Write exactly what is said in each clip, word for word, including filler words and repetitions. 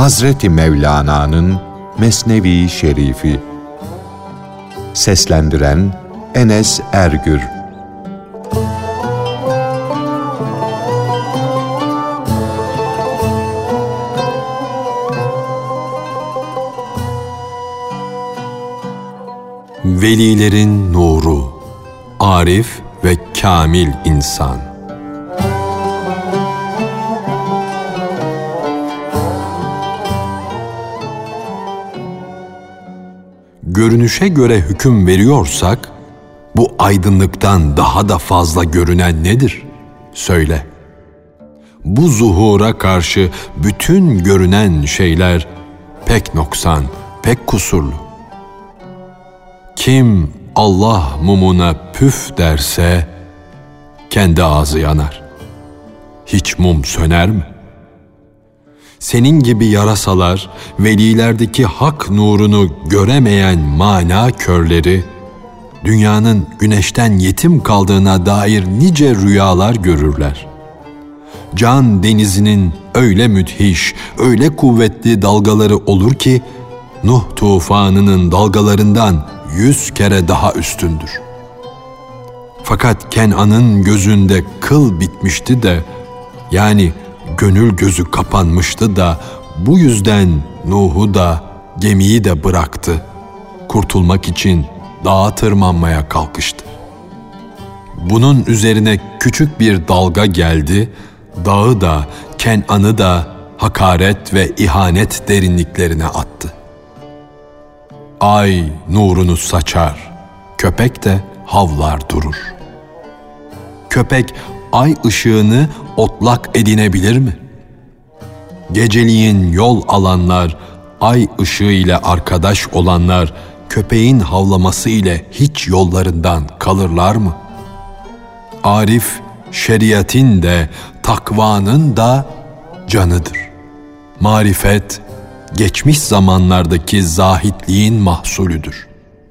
Hazreti Mevlana'nın Mesnevi Şerifi. Seslendiren Enes Ergür. Velilerin nuru, arif ve kamil insan. Görünüşe göre hüküm veriyorsak, bu aydınlıktan daha da fazla görünen nedir? Söyle. Bu zuhura karşı bütün görünen şeyler pek noksan, pek kusurlu. Kim Allah mumuna püf derse, kendi ağzı yanar. Hiç mum söner mi? Senin gibi yarasalar, velilerdeki hak nurunu göremeyen mana körleri, dünyanın güneşten yetim kaldığına dair nice rüyalar görürler. Can denizinin öyle müthiş, öyle kuvvetli dalgaları olur ki, Nuh tufanının dalgalarından yüz kere daha üstündür. Fakat Kenan'ın gözünde kıl bitmişti de, yani gönül gözü kapanmıştı da, bu yüzden Nuh'u da gemiyi de bıraktı. Kurtulmak için dağa tırmanmaya kalkıştı. Bunun üzerine küçük bir dalga geldi, dağı da Kenan'ı da hakaret ve ihanet derinliklerine attı. Ay nurunu saçar, köpek de havlar durur. Köpek ay ışığını otlak edinebilir mi? Geceliğin yol alanlar, ay ışığı ile arkadaş olanlar, köpeğin havlaması ile hiç yollarından kalırlar mı? Arif, şeriatin de, takvanın da canıdır. Marifet, geçmiş zamanlardaki zahitliğin mahsulüdür.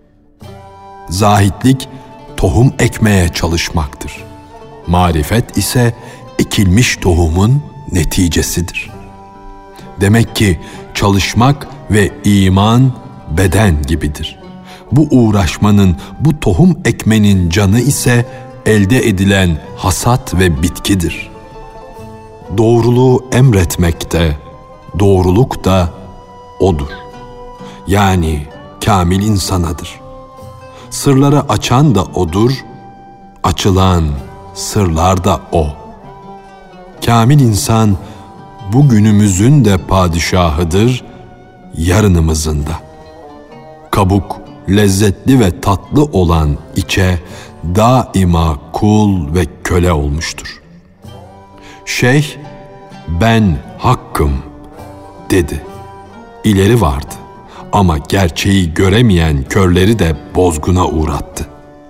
Zahitlik, tohum ekmeye çalışmaktır. Marifet ise ekilmiş tohumun neticesidir. Demek ki çalışmak ve iman beden gibidir. Bu uğraşmanın, bu tohum ekmenin canı ise elde edilen hasat ve bitkidir. Doğruluğu emretmekte, doğruluk da O'dur. Yani kamil insanadır. Sırları açan da O'dur, açılan sırlar da O. Kamil insan bugünümüzün de padişahıdır, yarınımızın da. Kabuk, lezzetli ve tatlı olan içe daima kul ve köle olmuştur. Şeyh, ben hakkım dedi. İleri vardı ama gerçeği göremeyen körleri de bozguna uğrattı.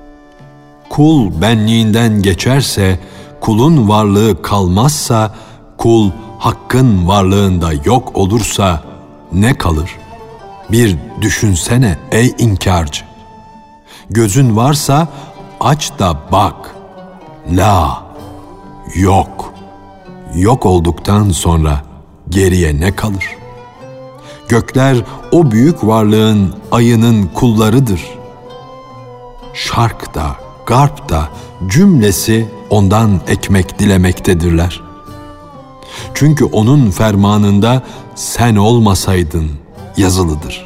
Kul benliğinden geçerse, kulun varlığı kalmazsa, kul hakkın varlığında yok olursa ne kalır? Bir düşünsene ey inkarcı. Gözün varsa aç da bak. La, yok. Yok olduktan sonra geriye ne kalır? Gökler o büyük varlığın ayının kullarıdır. Şark da, garp da cümlesi ondan ekmek dilemektedirler. Çünkü onun fermanında sen olmasaydın yazılıdır.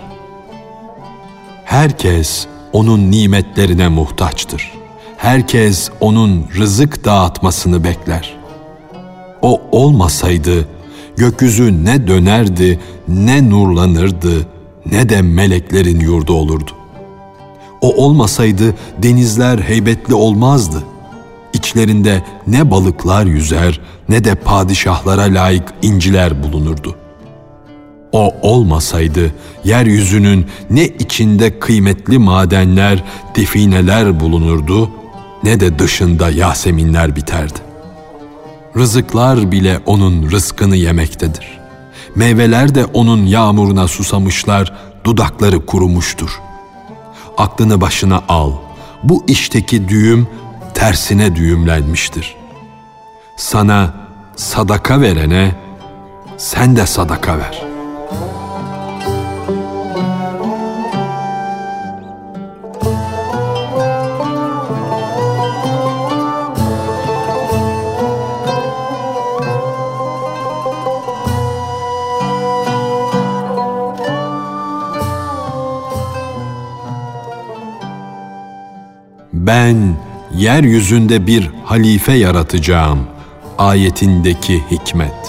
Herkes onun nimetlerine muhtaçtır. Herkes onun rızık dağıtmasını bekler. O olmasaydı gökyüzü ne dönerdi, ne nurlanırdı, ne de meleklerin yurdu olurdu. O olmasaydı denizler heybetli olmazdı. İçlerinde ne balıklar yüzer, ne de padişahlara layık inciler bulunurdu. O olmasaydı yeryüzünün ne içinde kıymetli madenler, defineler bulunurdu, ne de dışında yaseminler biterdi. Rızıklar bile onun rızkını yemektedir. Meyveler de onun yağmuruna susamışlar, dudakları kurumuştur. Aklını başına al, bu işteki düğüm tersine düğümlenmiştir. Sana sadaka verene sen de sadaka ver. ben yeryüzünde bir halife yaratacağım ayetindeki hikmet.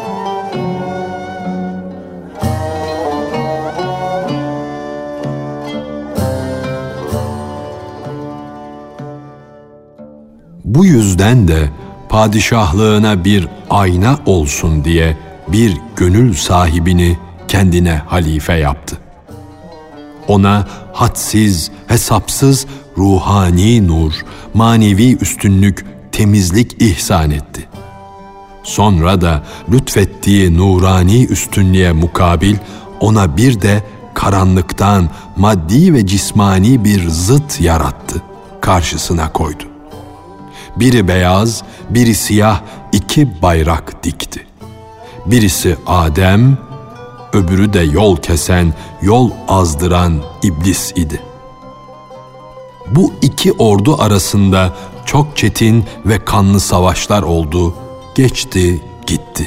Bu yüzden de padişahlığına bir ayna olsun diye bir gönül sahibini kendine halife yaptı. Ona hadsiz, hesapsız ruhani nur, manevi üstünlük, temizlik ihsan etti. Sonra da lütfettiği nurani üstünlüğe mukabil ona bir de karanlıktan maddi ve cismani bir zıt yarattı, karşısına koydu. Biri beyaz, biri siyah iki bayrak dikti. Birisi Adem, öbürü de yol kesen, yol azdıran iblis idi. Bu iki ordu arasında çok çetin ve kanlı savaşlar oldu, geçti, gitti.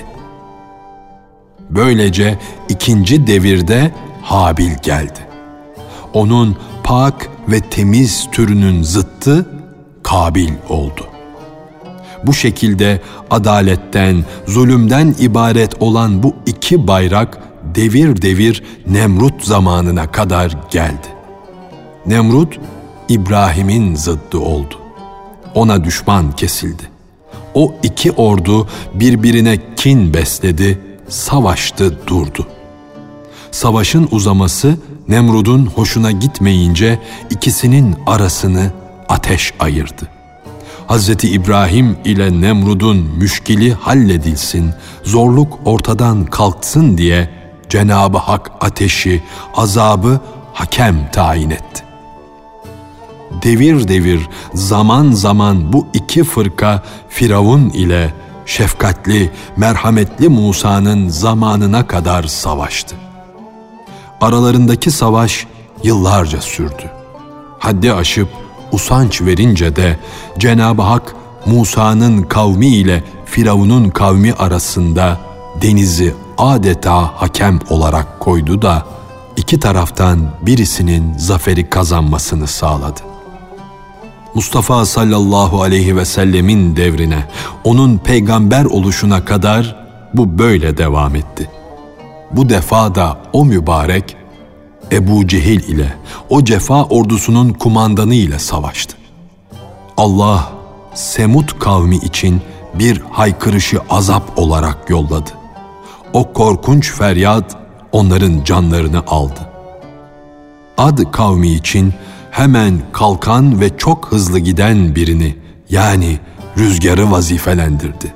Böylece ikinci devirde Habil geldi. Onun pak ve temiz türünün zıttı Kabil oldu. Bu şekilde adaletten, zulümden ibaret olan bu iki bayrak devir devir Nemrut zamanına kadar geldi. Nemrut, İbrahim'in zıddı oldu. Ona düşman kesildi. O iki ordu birbirine kin besledi, savaştı durdu. Savaşın uzaması Nemrud'un hoşuna gitmeyince ikisinin arasını ateş ayırdı. Hazreti İbrahim ile Nemrud'un müşkili halledilsin, zorluk ortadan kalksın diye Cenab-ı Hak ateşi, azabı hakem tayin etti. Devir devir, zaman zaman bu iki fırka Firavun ile şefkatli, merhametli Musa'nın zamanına kadar savaştı. Aralarındaki savaş yıllarca sürdü. Haddi aşıp usanç verince de Cenab-ı Hak Musa'nın kavmi ile Firavun'un kavmi arasında denizi adeta hakem olarak koydu da iki taraftan birisinin zaferi kazanmasını sağladı. Mustafa sallallahu aleyhi ve sellemin devrine, onun peygamber oluşuna kadar bu böyle devam etti. Bu defa da o mübarek Ebu Cehil ile, o cefa ordusunun kumandanı ile savaştı. Allah Semud kavmi için bir haykırışı azap olarak yolladı. O korkunç feryat onların canlarını aldı. Ad kavmi için hemen kalkan ve çok hızlı giden birini, yani rüzgarı vazifelendirdi.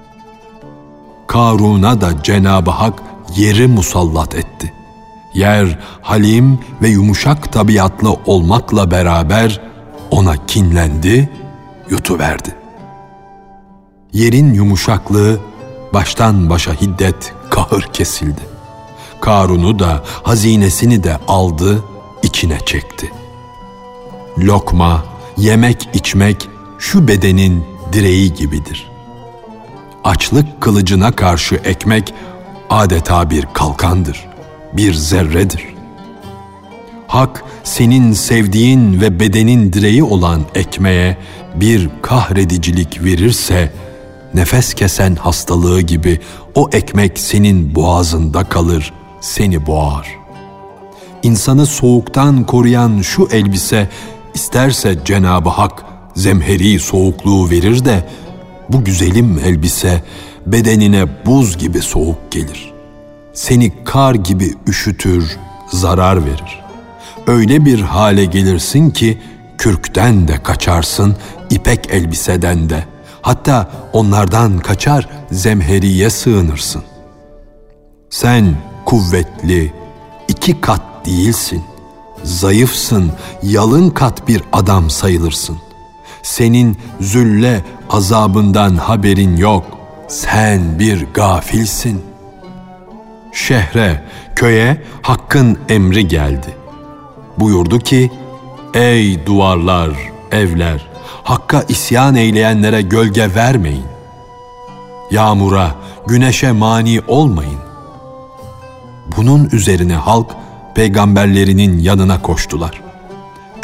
Karun'a da Cenab-ı Hak yeri musallat etti. Yer halim ve yumuşak tabiatlı olmakla beraber ona kinlendi, yutuverdi. Yerin yumuşaklığı baştan başa hiddet, kahır kesildi. Karun'u da hazinesini de aldı, içine çekti. Lokma, yemek içmek şu bedenin direği gibidir. Açlık kılıcına karşı ekmek adeta bir kalkandır, bir zerredir. Hak senin sevdiğin ve bedenin direği olan ekmeğe bir kahredicilik verirse, nefes kesen hastalığı gibi o ekmek senin boğazında kalır, seni boğar. İnsanı soğuktan koruyan şu elbise, isterse Cenab-ı Hak zemheri soğukluğu verir de, bu güzelim elbise bedenine buz gibi soğuk gelir. Seni kar gibi üşütür, zarar verir. Öyle bir hale gelirsin ki, kürkten de kaçarsın, ipek elbiseden de. Hatta onlardan kaçar, zemheriye sığınırsın. Sen kuvvetli, iki kat değilsin. Zayıfsın, yalın kat bir adam sayılırsın. Senin zülle azabından haberin yok. Sen bir gafilsin. Şehre, köye Hakk'ın emri geldi. Buyurdu ki, ey duvarlar, evler, Hakk'a isyan eyleyenlere gölge vermeyin. Yağmura, güneşe mani olmayın. Bunun üzerine halk peygamberlerinin yanına koştular.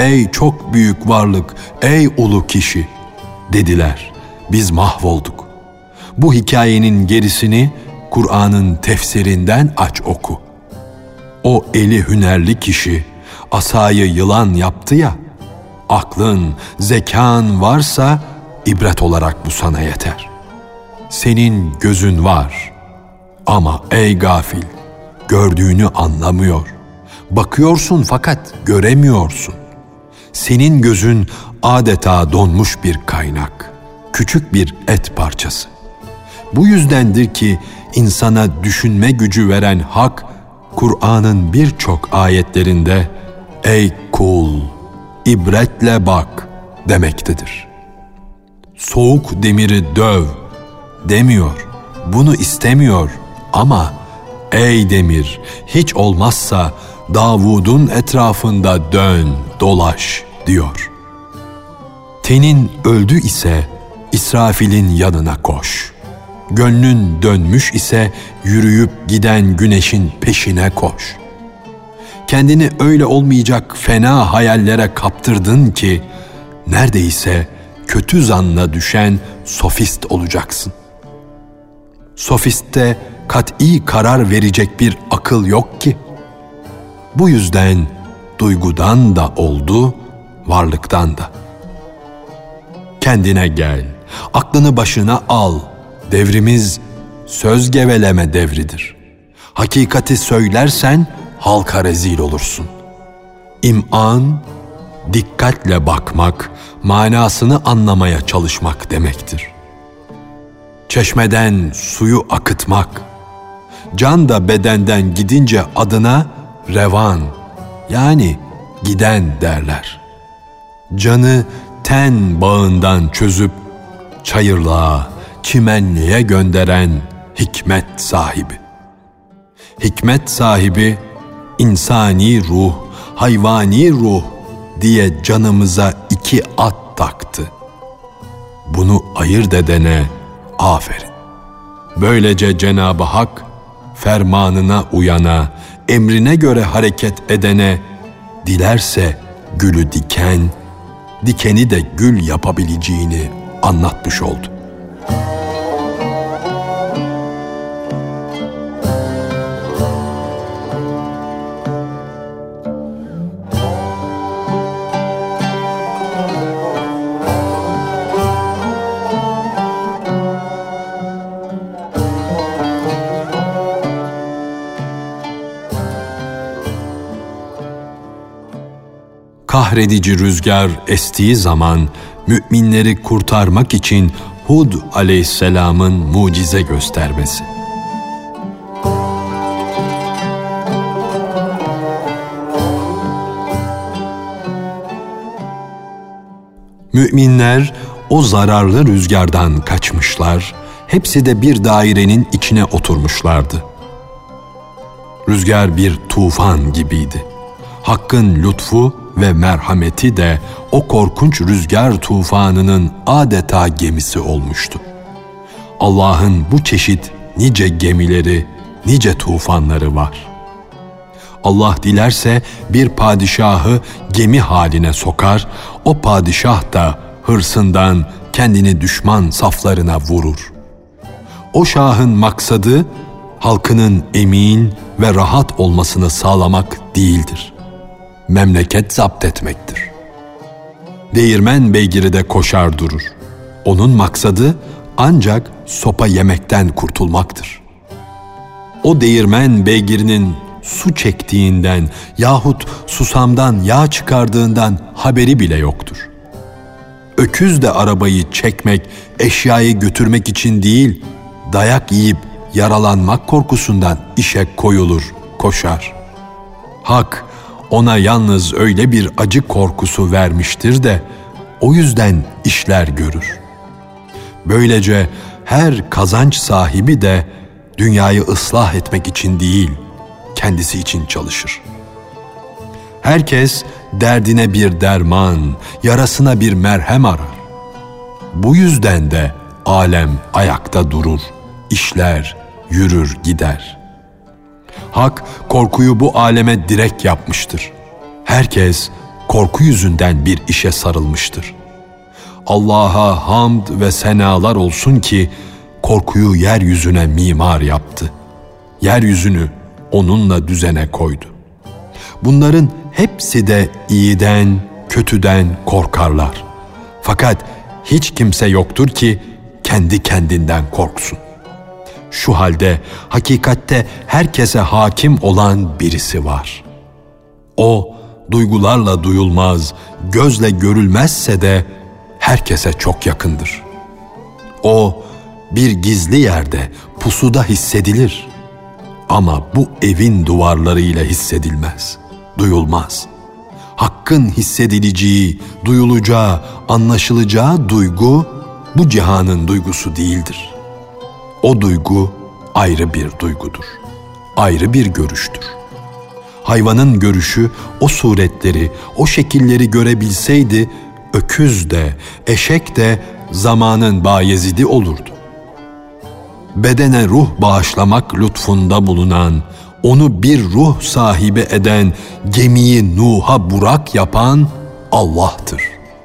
ey çok büyük varlık, ey ulu kişi dediler. Biz mahvolduk. Bu hikayenin gerisini Kur'an'ın tefsirinden aç oku. O eli hünerli kişi asayı yılan yaptı ya, aklın, zekan varsa ibret olarak bu sana yeter. Senin gözün var ama ey gafil, gördüğünü anlamıyor. Bakıyorsun fakat göremiyorsun. Senin gözün adeta donmuş bir kaynak, küçük bir et parçası. Bu yüzdendir ki insana düşünme gücü veren Hak, Kur'an'ın birçok ayetlerinde ey kul, ibretle bak demektedir. Soğuk demiri döv demiyor, bunu istemiyor ama ey demir, hiç olmazsa Davud'un etrafında dön, dolaş diyor. Tenin öldü ise İsrafil'in yanına koş. Gönlün dönmüş ise yürüyüp giden güneşin peşine koş. Kendini öyle olmayacak fena hayallere kaptırdın ki neredeyse kötü zanna düşen sofist olacaksın. Sofiste kat'i karar verecek bir akıl yok ki. Bu yüzden duygudan da oldu, varlıktan da. Kendine gel, aklını başına al. Devrimiz söz geveleme devridir. Hakikati söylersen halka rezil olursun. İm'an, dikkatle bakmak, manasını anlamaya çalışmak demektir. Çeşmeden suyu akıtmak, can da bedenden gidince adına revan, yani giden derler. Canı ten bağından çözüp çayırlığa, çimenliğe gönderen hikmet sahibi. Hikmet sahibi, insani ruh, hayvani ruh diye canımıza iki at taktı. Bunu ayırt edene aferin. Böylece Cenab-ı Hak, fermanına uyana, emrine göre hareket edene, dilerse gülü diken, dikeni de gül yapabileceğini anlatmış oldu. Kahredici rüzgar estiği zaman müminleri kurtarmak için Hud aleyhisselamın mucize göstermesi. Müminler o zararlı rüzgardan kaçmışlar, hepsi de bir dairenin içine oturmuşlardı. Rüzgar bir tufan gibiydi. Hakk'ın lütfu ve merhameti de o korkunç rüzgar tufanının adeta gemisi olmuştu. Allah'ın bu çeşit nice gemileri, nice tufanları var. Allah dilerse bir padişahı gemi haline sokar, o padişah da hırsından kendini düşman saflarına vurur. O şahın maksadı, halkının emin ve rahat olmasını sağlamak değildir. Memleket zapt etmektir. Değirmen beygiri de koşar durur. Onun maksadı ancak sopa yemekten kurtulmaktır. O değirmen beygirinin su çektiğinden yahut susamdan yağ çıkardığından haberi bile yoktur. Öküz de arabayı çekmek, eşyayı götürmek için değil, dayak yiyip yaralanmak korkusundan işe koyulur, koşar. Hak, ona yalnız öyle bir acı korkusu vermiştir de o yüzden işler görür. Böylece her kazanç sahibi de dünyayı ıslah etmek için değil, kendisi için çalışır. Herkes derdine bir derman, yarasına bir merhem arar. Bu yüzden de alem ayakta durur, işler, yürür gider. Hak korkuyu bu aleme direkt yapmıştır. Herkes korku yüzünden bir işe sarılmıştır. Allah'a hamd ve senalar olsun ki korkuyu yeryüzüne mimar yaptı. Yeryüzünü onunla düzene koydu. Bunların hepsi de iyiden, kötüden korkarlar. Fakat hiç kimse yoktur ki kendi kendinden korksun. Şu halde hakikatte herkese hakim olan birisi var. O duygularla duyulmaz, gözle görülmezse de herkese çok yakındır. O bir gizli yerde, pusuda hissedilir. Ama bu evin duvarlarıyla hissedilmez, duyulmaz. Hakkın hissedileceği, duyulacağı, anlaşılacağı duygu bu cihanın duygusu değildir. O duygu ayrı bir duygudur, ayrı bir görüştür. Hayvanın görüşü o suretleri, o şekilleri görebilseydi, öküz de, eşek de zamanın Bayezidi olurdu. Bedene ruh bağışlamak lütfunda bulunan, onu bir ruh sahibi eden, gemiyi Nuh'a burak yapan Allah'tır.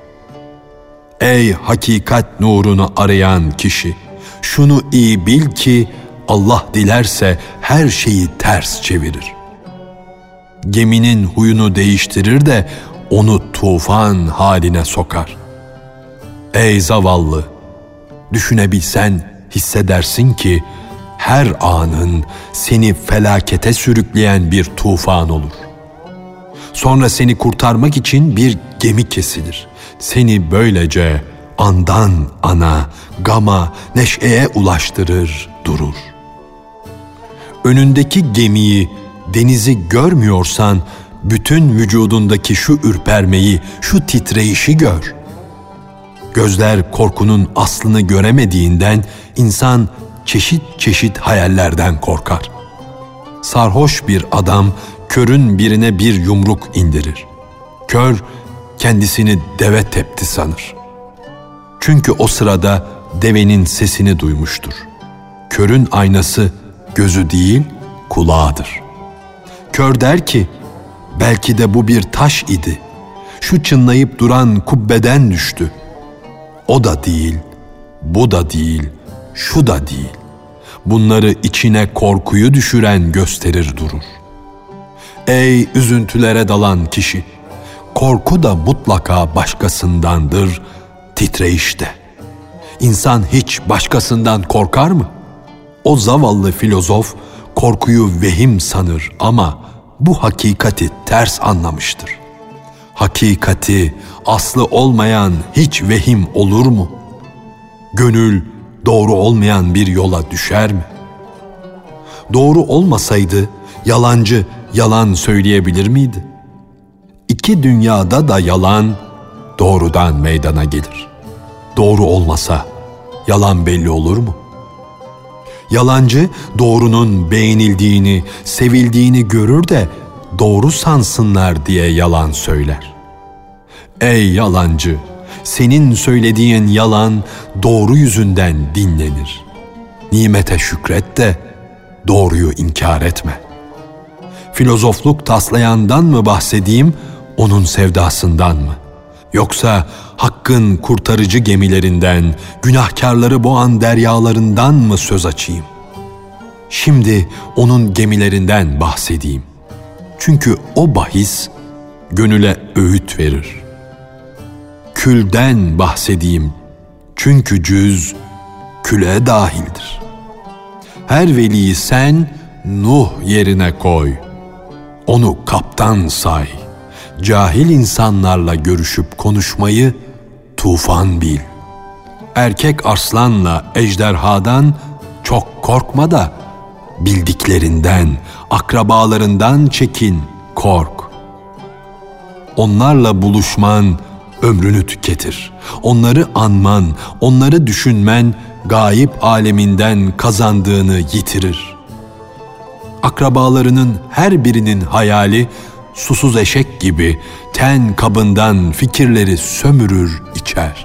Ey hakikat nurunu arayan kişi, şunu iyi bil ki Allah dilerse her şeyi ters çevirir. Geminin huyunu değiştirir de onu tufan haline sokar. Ey zavallı, düşünebilsen hissedersin ki her anın seni felakete sürükleyen bir tufan olur. Sonra seni kurtarmak için bir gemi kesilir. Seni böylece andan ana, gama, neşeye ulaştırır, durur. Önündeki gemiyi, denizi görmüyorsan, bütün vücudundaki şu ürpermeyi, şu titreyişi gör. Gözler korkunun aslını göremediğinden insan çeşit çeşit hayallerden korkar. Sarhoş bir adam körün birine bir yumruk indirir. Kör kendisini deve tepti sanır. Çünkü o sırada devenin sesini duymuştur. Körün aynası gözü değil, kulağıdır. Kör der ki, belki de bu bir taş idi. Şu çınlayıp duran kubbeden düştü. O da değil, bu da değil, şu da değil. Bunları içine korkuyu düşüren gösterir durur. Ey üzüntülere dalan kişi, korku da mutlaka başkasındandır, titreyiş de. İnsan hiç başkasından korkar mı? O zavallı filozof korkuyu vehim sanır ama bu hakikati ters anlamıştır. Hakikati, aslı olmayan hiç vehim olur mu? Gönül doğru olmayan bir yola düşer mi? Doğru olmasaydı yalancı yalan söyleyebilir miydi? İki dünyada da yalan doğrudan meydana gelir. Doğru olmasa yalan belli olur mu? Yalancı doğrunun beğenildiğini, sevildiğini görür de doğru sansınlar diye yalan söyler. Ey yalancı, senin söylediğin yalan doğru yüzünden dinlenir. Nimete şükret de doğruyu inkar etme. Filozofluk taslayandan mı bahsedeyim, onun sevdasından mı? Yoksa hakkın kurtarıcı gemilerinden, günahkarları boğan deryalarından mı söz açayım? Şimdi onun gemilerinden bahsedeyim. Çünkü o bahis gönüle öğüt verir. Külden bahsedeyim. Çünkü cüz küle dahildir. Her veliyi sen Nuh yerine koy. Onu kaptan say. Cahil insanlarla görüşüp konuşmayı tufan bil. Erkek arslanla ejderhadan çok korkma da bildiklerinden, akrabalarından çekin, kork. Onlarla buluşman ömrünü tüketir. Onları anman, onları düşünmen gayip aleminden kazandığını yitirir. Akrabalarının her birinin hayali susuz eşek gibi ten kabından fikirleri sömürür içer.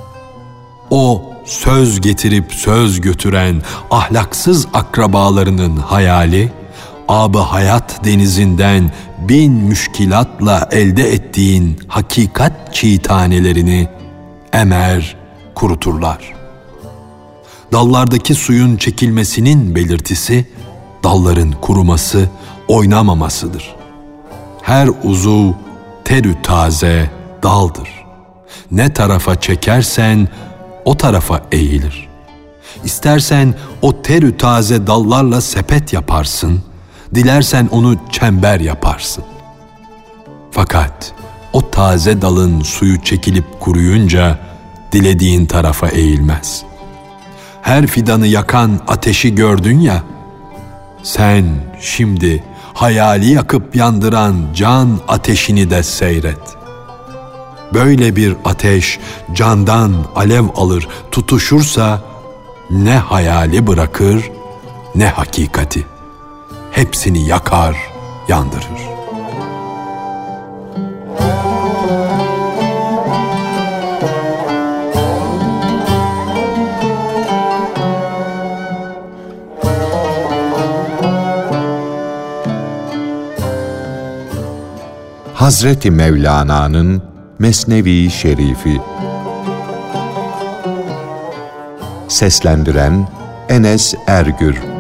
O söz getirip söz götüren ahlaksız akrabalarının hayali ab-ı hayat denizinden bin müşkilatla elde ettiğin hakikat çiğ tanelerini emer, kuruturlar. Dallardaki suyun çekilmesinin belirtisi, dalların kuruması, oynamamasıdır. Her uzuv terü taze daldır. Ne tarafa çekersen o tarafa eğilir. İstersen o terü taze dallarla sepet yaparsın, dilersen onu çember yaparsın. Fakat o taze dalın suyu çekilip kuruyunca dilediğin tarafa eğilmez. Her fidanı yakan ateşi gördün ya, sen şimdi hayali yakıp yandıran can ateşini de seyret. Böyle bir ateş candan alev alır, tutuşursa ne hayali bırakır ne hakikati. Hepsini yakar, yandırır. Hazreti Mevlana'nın Mesnevi Şerifi. Seslendiren Enes Ergür.